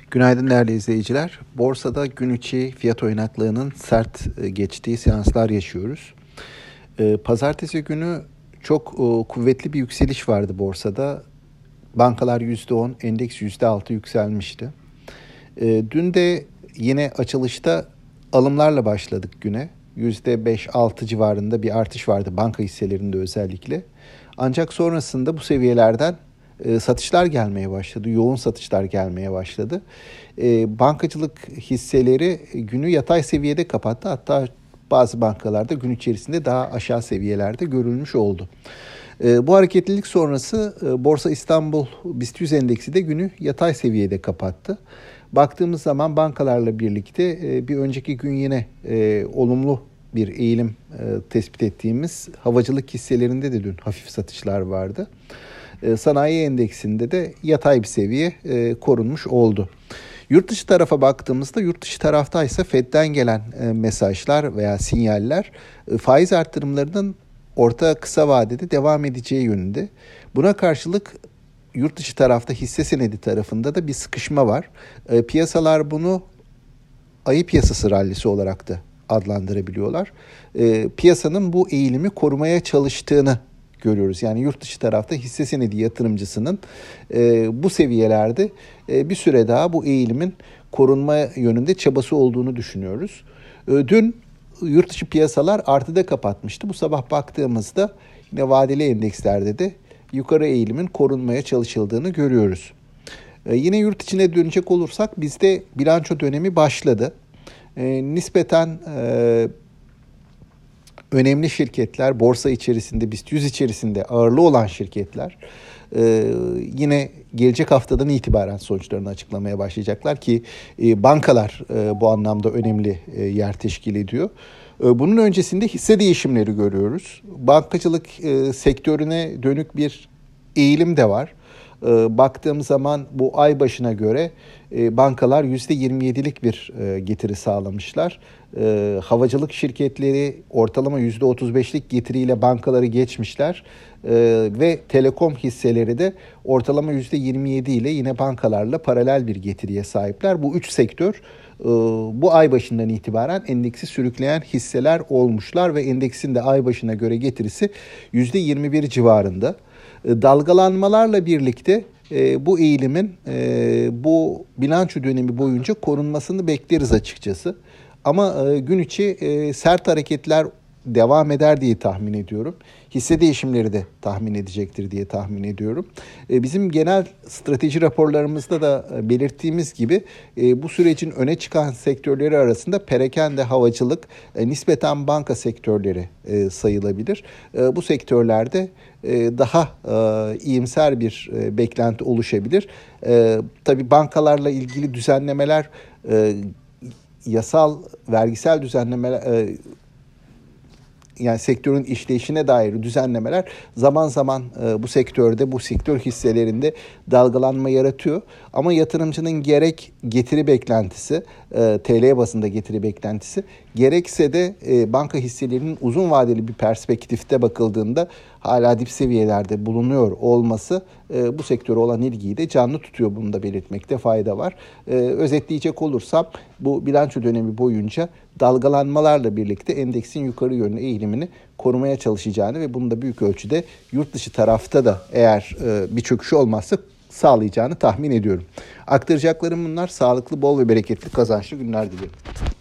Günaydın değerli izleyiciler. Borsada gün içi fiyat oynaklığının sert geçtiği seanslar yaşıyoruz. Pazartesi günü çok kuvvetli bir yükseliş vardı borsada. Bankalar %10, endeks %6 yükselmişti. Dün de yine açılışta alımlarla başladık güne. %5-6 civarında bir artış vardı banka hisselerinde özellikle. Ancak sonrasında bu seviyelerden satışlar gelmeye başladı. Yoğun satışlar gelmeye başladı. Bankacılık hisseleri günü yatay seviyede kapattı. Hatta bazı bankalarda gün içerisinde daha aşağı seviyelerde görülmüş oldu. Bu hareketlilik sonrası Borsa İstanbul BIST 100 endeksi de günü yatay seviyede kapattı. Baktığımız zaman bankalarla birlikte bir önceki gün yine olumlu bir eğilim tespit ettiğimiz havacılık hisselerinde de dün hafif satışlar vardı. Sanayi endeksinde de yatay bir seviye korunmuş oldu. Yurt dışı tarafa baktığımızda yurt dışı tarafta ise Fed'den gelen mesajlar veya sinyaller faiz arttırımlarının orta kısa vadede devam edeceği yönünde. Buna karşılık yurt dışı tarafta hisse senedi tarafında da bir sıkışma var. Piyasalar bunu ayı piyasası rallisi olarak da adlandırabiliyorlar. Piyasanın bu eğilimi korumaya çalıştığını görüyoruz. Yani yurt dışı tarafta hisse senedi yatırımcısının bu seviyelerde bir süre daha bu eğilimin korunma yönünde çabası olduğunu düşünüyoruz. Dün yurt dışı piyasalar artıda kapatmıştı. Bu sabah baktığımızda yine vadeli endekslerde de yukarı eğilimin korunmaya çalışıldığını görüyoruz. Yine yurt içine dönecek olursak bizde bilanço dönemi başladı. Nispeten önemli şirketler, borsa içerisinde, BIST 100 içerisinde ağırlığı olan şirketler yine gelecek haftadan itibaren sonuçlarını açıklamaya başlayacaklar ki bankalar bu anlamda önemli yer teşkil ediyor. Bunun öncesinde hisse değişimleri görüyoruz. Bankacılık sektörüne dönük bir eğilim de var. Baktığım zaman bu ay başına göre bankalar %27'lik bir getiri sağlamışlar. Havacılık şirketleri ortalama %35'lik getiriyle bankaları geçmişler. Ve telekom hisseleri de ortalama %27 ile yine bankalarla paralel bir getiriye sahipler. Bu üç sektör bu ay başından itibaren endeksi sürükleyen hisseler olmuşlar ve endeksin de ay başına göre getirisi %21 civarında. Dalgalanmalarla birlikte bu eğilimin bu bilanço dönemi boyunca korunmasını bekleriz açıkçası. Ama gün içi sert hareketler devam eder diye tahmin ediyorum. Hisse değişimleri de tahmin edecektir diye tahmin ediyorum. Bizim genel strateji raporlarımızda da belirttiğimiz gibi bu sürecin öne çıkan sektörleri arasında perakende, havacılık, nispeten banka sektörleri sayılabilir. Bu sektörlerde daha iyimser bir beklenti oluşabilir. Tabii bankalarla ilgili düzenlemeler, yasal, vergisel düzenlemeler, yani sektörün işleyişine dair düzenlemeler zaman zaman bu sektörde, bu sektör hisselerinde dalgalanma yaratıyor. Ama yatırımcının gerek getiri beklentisi, TL bazında getiri beklentisi, gerekse de banka hisselerinin uzun vadeli bir perspektifte bakıldığında hala dip seviyelerde bulunuyor olması bu sektöre olan ilgiyi de canlı tutuyor. Bunu da belirtmekte fayda var. Özetleyecek olursam bu bilanço dönemi boyunca dalgalanmalarla birlikte endeksin yukarı yönlü eğilimini korumaya çalışacağını ve bunu da büyük ölçüde yurt dışı tarafta da eğer bir çöküş olmazsa sağlayacağını tahmin ediyorum. Aktaracaklarım bunlar. Sağlıklı, bol ve bereketli, kazançlı günler diliyorum.